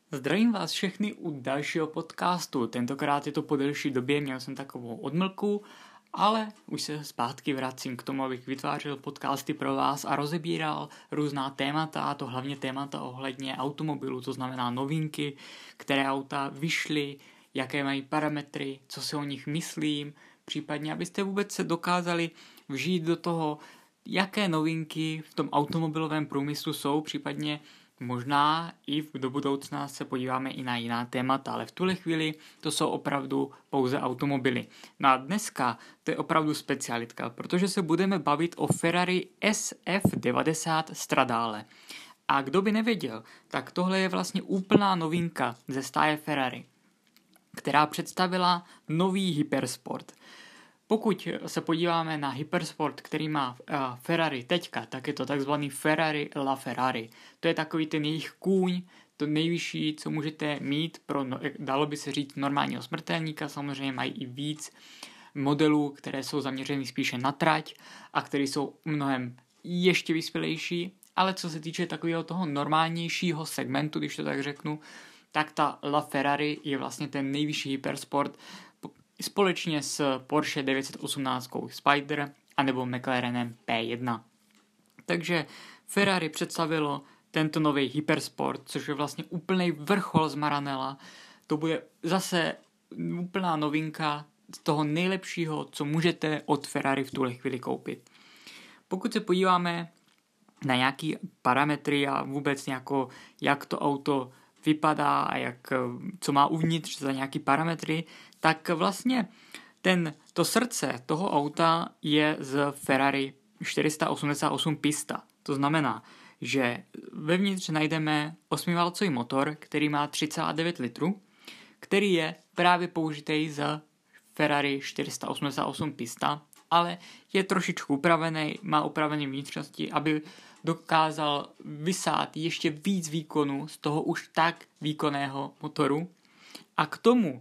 Zdravím vás všechny u dalšího podcastu. Tentokrát je to po delší době, měl jsem takovou odmlku, ale už se zpátky vracím k tomu, abych vytvářel podcasty pro vás a rozebíral různá témata, a to hlavně témata ohledně automobilů, to znamená novinky, které auta vyšly, jaké mají parametry, co si o nich myslím, případně abyste vůbec se dokázali vžít do toho, jaké novinky v tom automobilovém průmyslu jsou, případně možná i do budoucna se podíváme i na jiná témata, ale v tuhle chvíli to jsou opravdu pouze automobily. No a dneska to je opravdu specialitka, protože se budeme bavit o Ferrari SF90 Stradale. A kdo by nevěděl, tak tohle je vlastně úplná novinka ze stáje Ferrari, která představila nový Hypersport. Pokud se podíváme na Hypersport, který má Ferrari teďka, tak je to takzvaný Ferrari LaFerrari. To je takový ten jejich kůň, to nejvyšší, co můžete mít pro, dalo by se říct, normálního smrtelníka. Samozřejmě mají i víc modelů, které jsou zaměřeny spíše na trať a které jsou mnohem ještě vyspělejší, ale co se týče takového toho normálnějšího segmentu, když to tak řeknu, tak ta LaFerrari je vlastně ten nejvyšší Hypersport, společně s Porsche 918 Spider anebo McLarenem P1. Takže Ferrari představilo tento nový Hypersport, což je vlastně úplný vrchol z Maranella. To bude zase úplná novinka z toho nejlepšího, co můžete od Ferrari v tuhle chvíli koupit. Pokud se podíváme na nějaký parametry a vůbec nějako, jak to auto vypadá a co má uvnitř za nějaký parametry, tak vlastně to srdce toho auta je z Ferrari 488 Pista. To znamená, že vevnitř najdeme 8válcový motor, který má 3,9 litru, který je právě použitý z Ferrari 488 Pista, ale je trošičku upravený, má upravené vnitřnosti, aby dokázal vysát ještě víc výkonu z toho už tak výkonného motoru. A k tomu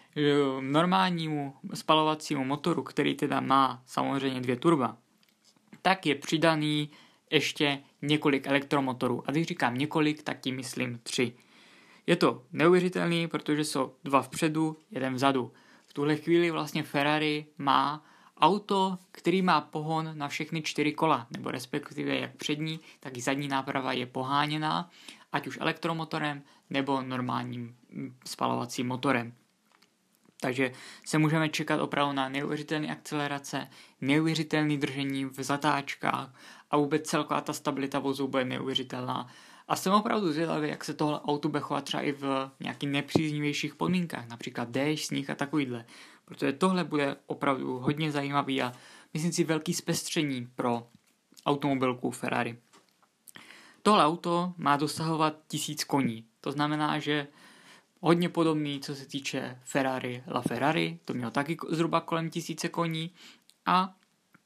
normálnímu spalovacímu motoru, který teda má samozřejmě 2 turba, tak je přidaný ještě několik elektromotorů. A když říkám několik, tak tím myslím 3. Je to neuvěřitelný, protože jsou 2 vpředu, 1 vzadu. V tuhle chvíli vlastně Ferrari má auto, který má pohon na všechny 4 kola, nebo respektive jak přední, tak i zadní náprava je poháněná, ať už elektromotorem nebo normálním spalovacím motorem. Takže se můžeme čekat opravdu na neuvěřitelné akcelerace, neuvěřitelné držení v zatáčkách a vůbec celková ta stabilita vozu bude neuvěřitelná. A jsem opravdu zvědavý, jak se tohle auto bude chovat třeba i v nějakých nepříznivějších podmínkách, například déšť, sníh a takovýhle. Protože tohle bude opravdu hodně zajímavý a myslím si velký zpestření pro automobilku Ferrari. Tohle auto má dosahovat 1000 koní. To znamená, že hodně podobný, co se týče Ferrari LaFerrari, to mělo taky zhruba kolem 1000 koní a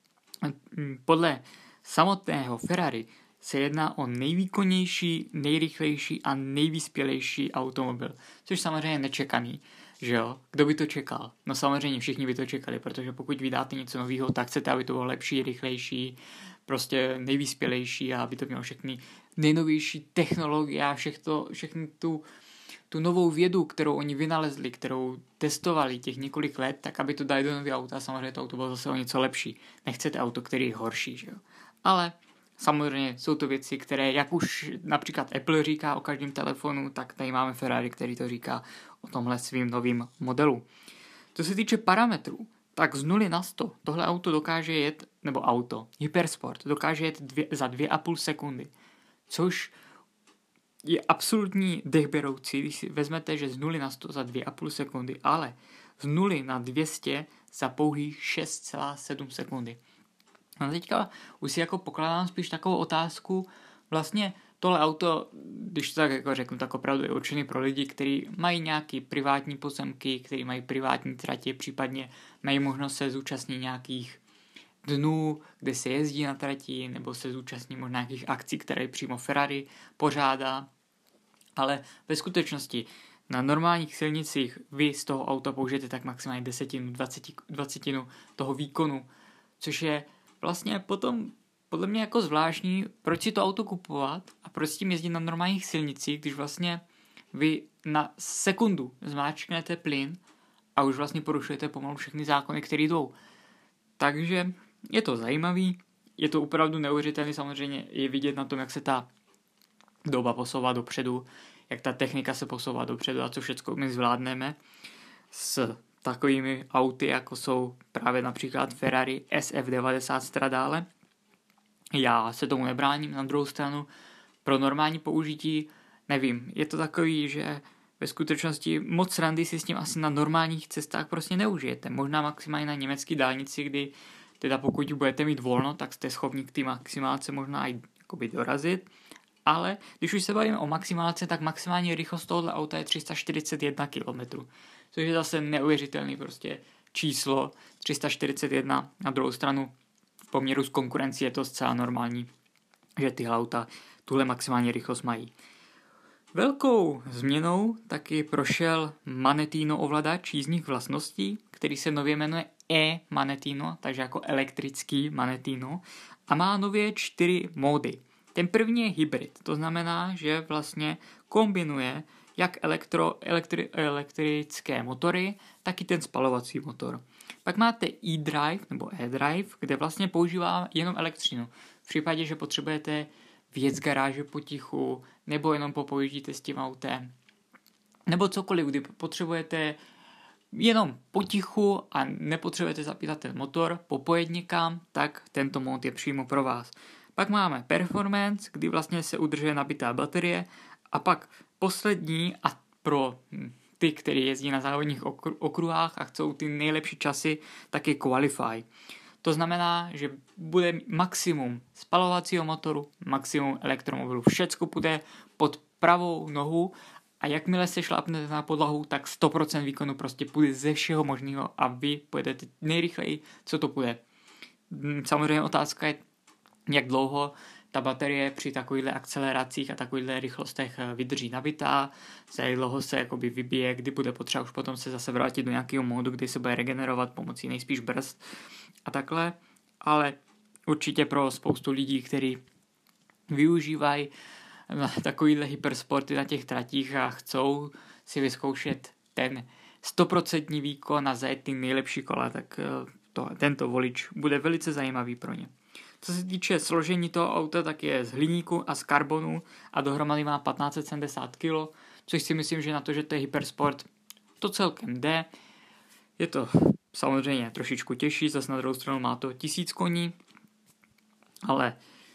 podle samotného Ferrari se jedná o nejvýkonnější, nejrychlejší a nejvyspělejší automobil, což samozřejmě nečekaný, že jo? Kdo by to čekal? No samozřejmě všichni by to čekali, protože pokud vydáte něco nového, tak chcete, aby to bylo lepší, rychlejší, prostě nejvyspělejší a aby to mělo všechny nejnovější technologie a všechny tu novou vědu, kterou oni vynalezli, kterou testovali těch několik let, tak aby to dali do nového auta, samozřejmě to auto bylo zase o něco lepší. Nechcete auto, který je horší, že jo? Ale samozřejmě jsou to věci, které, jak už například Apple říká o každém telefonu, tak tady máme Ferrari, který to říká o tomhle svým novým modelu. Co se týče parametrů, tak z 0 na 100 tohle auto dokáže jet, nebo auto, Hypersport, dokáže jet za 2,5 sekundy, což je absolutní dechberoucí, když si vezmete, že z 0 na 100 za 2,5 sekundy, ale z 0 na 200 za pouhých 6,7 sekundy. No teďka už si jako pokládám spíš takovou otázku, vlastně tohle auto, když to tak jako řeknu, tak opravdu je určený pro lidi, kteří mají nějaké privátní pozemky, kteří mají privátní tratě, případně mají možnost se zúčastnit nějakých dnů, kde se jezdí na trati, nebo se zúčastní možná nějakých akcí, které přímo Ferrari pořádá. Ale ve skutečnosti na normálních silnicích vy z toho auta použijete tak maximálně 20 toho výkonu, což je vlastně potom podle mě jako zvláštní, proč si to auto kupovat a proč s tím jezdit na normálních silnicích, když vlastně vy na sekundu zmáčknete plyn a už vlastně porušujete pomalu všechny zákony, které jdou. Takže je to zajímavý, je to opravdu neuvěřitelný, samozřejmě je vidět na tom, jak se ta doba posouvá dopředu, jak ta technika se posouvá dopředu a co všechno my zvládneme s takovými auty, jako jsou právě například Ferrari SF90 Stradale. Já se tomu nebráním, na druhou stranu pro normální použití, nevím, je to takový, že ve skutečnosti moc randy si s tím asi na normálních cestách prostě neužijete. Možná maximálně na německé dálnici, kdy teda pokud budete mít volno, tak jste schopni k té maximálce možná i jakoby dorazit. Ale když už se bavíme o maximálce, tak maximální rychlost tohoto auta je 341 km. Což je zase neuvěřitelný prostě číslo 341. Na druhou stranu v poměru s konkurencí je to zcela normální, že tyhle auta tuhle maximální rychlost mají. Velkou změnou taky prošel Manettino ovladač jízdních vlastností, který se nově jmenuje e-Manettino, takže jako elektrický Manettino, a má nově 4 módy. Ten první je hybrid, to znamená, že vlastně kombinuje jak elektrické motory, tak i ten spalovací motor. Pak máte e-drive nebo e-drive, kde vlastně používá jenom elektřinu. V případě, že potřebujete vyjet z garáže potichu, nebo jenom popojíždíte s tím autem, nebo cokoliv, kdy potřebujete jenom potichu a nepotřebujete zapítat ten motor, popojet někam, tak tento mod je přímo pro vás. Pak máme performance, kdy vlastně se udržuje nabitá baterie, a pak poslední a pro ty, kteří jezdí na závodních okruhách a chcou ty nejlepší časy, tak je qualify. To znamená, že bude maximum spalovacího motoru, maximum elektromobilu. Všecko bude pod pravou nohu a jakmile se šlápnete na podlahu, tak 100% výkonu prostě půjde ze všeho možného a vy pojedete nejrychleji, co to půjde. Samozřejmě otázka je, jak dlouho ta baterie při takovýchhle akceleracích a takovýchhle rychlostech vydrží nabitá, za jak dlouho se jakoby vybije, kdy bude potřeba už potom se zase vrátit do nějakého módu, kdy se bude regenerovat pomocí nejspíš brzd a takhle, ale určitě pro spoustu lidí, kteří využívají takovýhle hypersporty na těch tratích a chcou si vyzkoušet ten 100% výkon a zajet ty nejlepší kola, tak tento volič bude velice zajímavý pro ně. Co se týče složení toho auta, tak je z hliníku a z karbonu a dohromady má 1570 kg, což si myslím, že na to, že to je hypersport, to celkem jde. Je to samozřejmě trošičku těžší, zase na druhou stranu má to 1000 koní, ale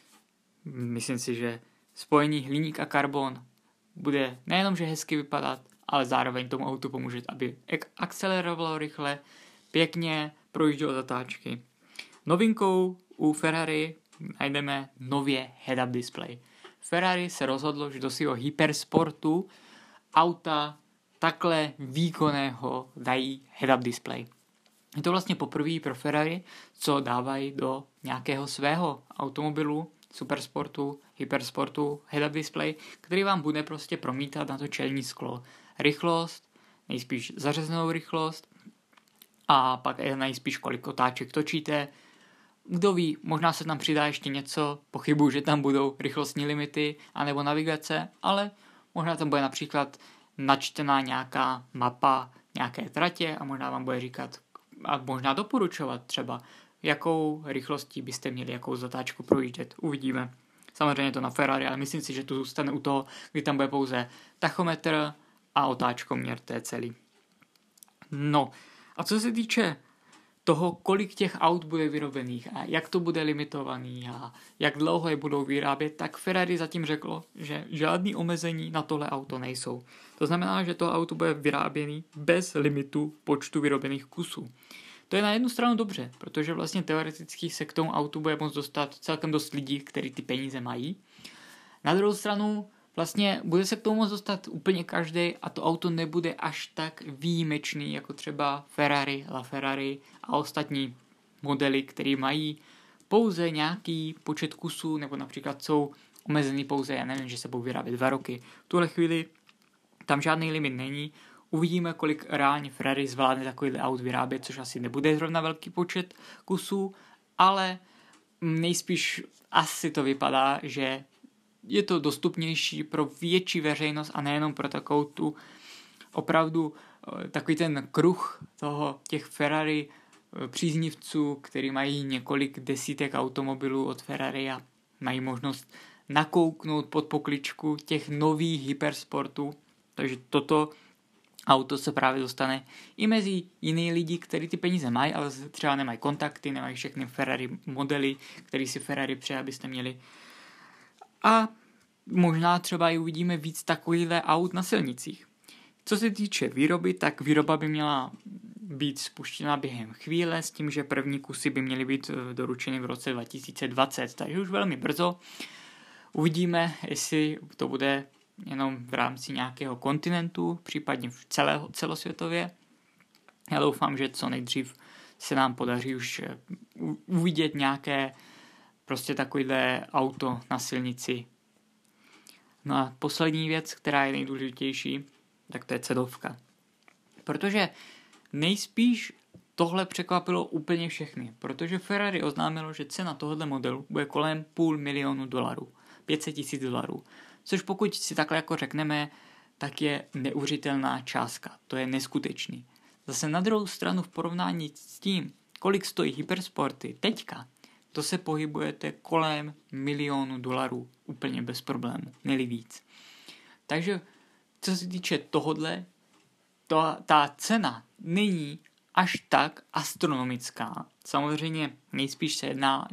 myslím si, že spojení hliník a karbon bude nejenom, že hezky vypadat, ale zároveň tomu autu pomůže, aby akcelerovalo rychle, pěkně projíždělo zatáčky. Novinkou u Ferrari najdeme nově head-up display. Ferrari se rozhodlo, že do svého hypersportu auta takhle výkonného dají head-up display. Je to vlastně poprvé pro Ferrari, co dávají do nějakého svého automobilu, supersportu, hypersportu head-up display, který vám bude prostě promítat na to čelní sklo rychlost, nejspíš zařazenou rychlost a pak nejspíš kolik otáček točíte. Kdo ví, možná se tam přidá ještě něco, pochybuju, že tam budou rychlostní limity anebo navigace, ale možná tam bude například načtená nějaká mapa nějaké tratě a možná vám bude říkat a možná doporučovat třeba, jakou rychlostí byste měli jakou zatáčku projíždět. Uvidíme. Samozřejmě to na Ferrari, ale myslím si, že to zůstane u toho, kdy tam bude pouze tachometr a otáčkoměr, to je celý. No, a co se týče toho, kolik těch aut bude vyrobených a jak to bude limitovaný a jak dlouho je budou vyrábět, tak Ferrari zatím řeklo, že žádný omezení na tohle auto nejsou. To znamená, že to auto bude vyráběný bez limitu počtu vyrobených kusů. To je na jednu stranu dobře, protože vlastně teoreticky se k tomu autu bude moct dostat celkem dost lidí, kteří ty peníze mají. Na druhou stranu vlastně bude se k tomu moct dostat úplně každý a to auto nebude až tak výjimečný jako třeba Ferrari, LaFerrari a ostatní modely, které mají pouze nějaký počet kusů nebo například jsou omezený pouze, já nevím, že se budou vyrábět 2 roky. V tuhle chvíli tam žádný limit není. Uvidíme, kolik reálně Ferrari zvládne takovýhle aut vyrábět, což asi nebude zrovna velký počet kusů, ale nejspíš asi to vypadá, že je to dostupnější pro větší veřejnost a nejenom pro takovou tu opravdu takový ten kruh těch Ferrari příznivců, který mají několik desítek automobilů od Ferrari a mají možnost nakouknout pod pokličku těch nových hypersportů. Takže toto auto se právě dostane i mezi jiný lidi, kteří ty peníze mají, ale třeba nemají kontakty, nemají všechny Ferrari modely, který si Ferrari přeje, abyste měli. A možná třeba i uvidíme víc takovýchhle aut na silnicích. Co se týče výroby, tak výroba by měla být spuštěna během chvíle s tím, že první kusy by měly být doručeny v roce 2020, takže už velmi brzo. Uvidíme, jestli to bude jenom v rámci nějakého kontinentu, případně celosvětově. Já doufám, že co nejdřív se nám podaří už uvidět nějaké prostě takovýhle auto na silnici. No a poslední věc, která je nejdůležitější, tak to je cenovka. Protože nejspíš tohle překvapilo úplně všechny, protože Ferrari oznámilo, že cena tohoto modelu bude kolem $500,000, $500,000, což pokud si takhle jako řekneme, tak je neuvěřitelná částka, to je neskutečný. Zase na druhou stranu v porovnání s tím, kolik stojí hypersporty teďka, to se pohybujete kolem $1,000,000 úplně bez problému, ne-li víc. Takže co se týče tohodle, ta cena není až tak astronomická. Samozřejmě nejspíš se jedná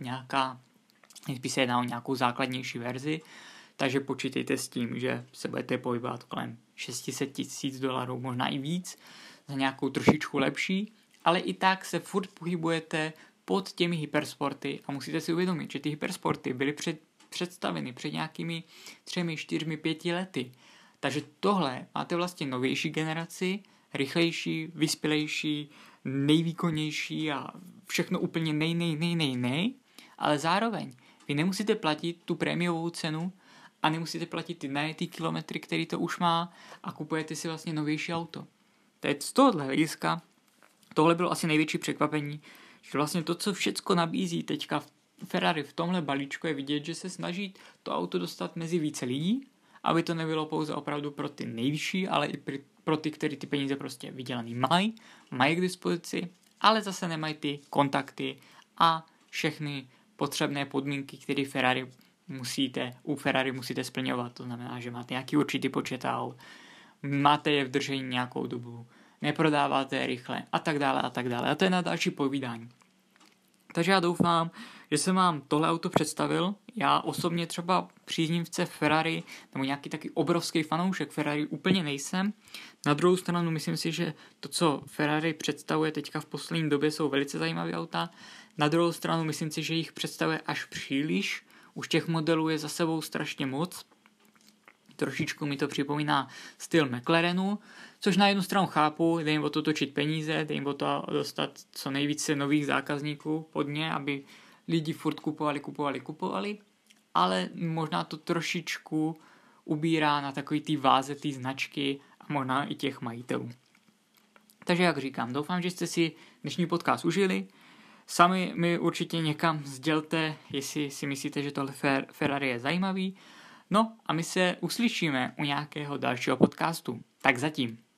o nějakou základnější verzi, takže počítejte s tím, že se budete pohybovat kolem $600,000, možná i víc, za nějakou trošičku lepší, ale i tak se furt pohybujete pod těmi hypersporty a musíte si uvědomit, že ty hypersporty byly představeny před nějakými 3, 4, 5 lety. Takže tohle máte vlastně novější generaci, rychlejší, vyspělejší, nejvýkonnější a všechno úplně nej, ale zároveň vy nemusíte platit tu prémiovou cenu a nemusíte platit ty najetý kilometry, který to už má a kupujete si vlastně novější auto. Teď z tohohle hlediska tohle bylo asi největší překvapení, že vlastně to, co všecko nabízí teďka Ferrari v tomhle balíčku, je vidět, že se snaží to auto dostat mezi více lidí, aby to nebylo pouze opravdu pro ty nejvyšší, ale i pro ty, kteří ty peníze prostě vydělaný mají k dispozici, ale zase nemají ty kontakty a všechny potřebné podmínky, které u Ferrari musíte splňovat. To znamená, že máte nějaký určitý počet aut, máte je v držení nějakou dobu, neprodáváte je rychle a tak dále a tak dále. A to je na další povídání. Takže já doufám, že jsem vám tohle auto představil. Já osobně třeba příznivce Ferrari nebo nějaký taky obrovský fanoušek Ferrari úplně nejsem. Na druhou stranu myslím si, že to, co Ferrari představuje teďka v poslední době, jsou velice zajímavé auta. Na druhou stranu myslím si, že jich představuje až příliš. Už těch modelů je za sebou strašně moc. Trošičku mi to připomíná styl McLarenu, což na jednu stranu chápu, jde jim o to točit peníze, jde jim o to dostat co nejvíce nových zákazníků pod ně, aby lidi furt kupovali, ale možná to trošičku ubírá na takový té váze té značky a možná i těch majitelů. Takže jak říkám, doufám, že jste si dnešní podcast užili. Sami mi určitě někam sdělte, jestli si myslíte, že tohle Ferrari je zajímavý. No a my se uslyšíme u nějakého dalšího podcastu. Tak zatím.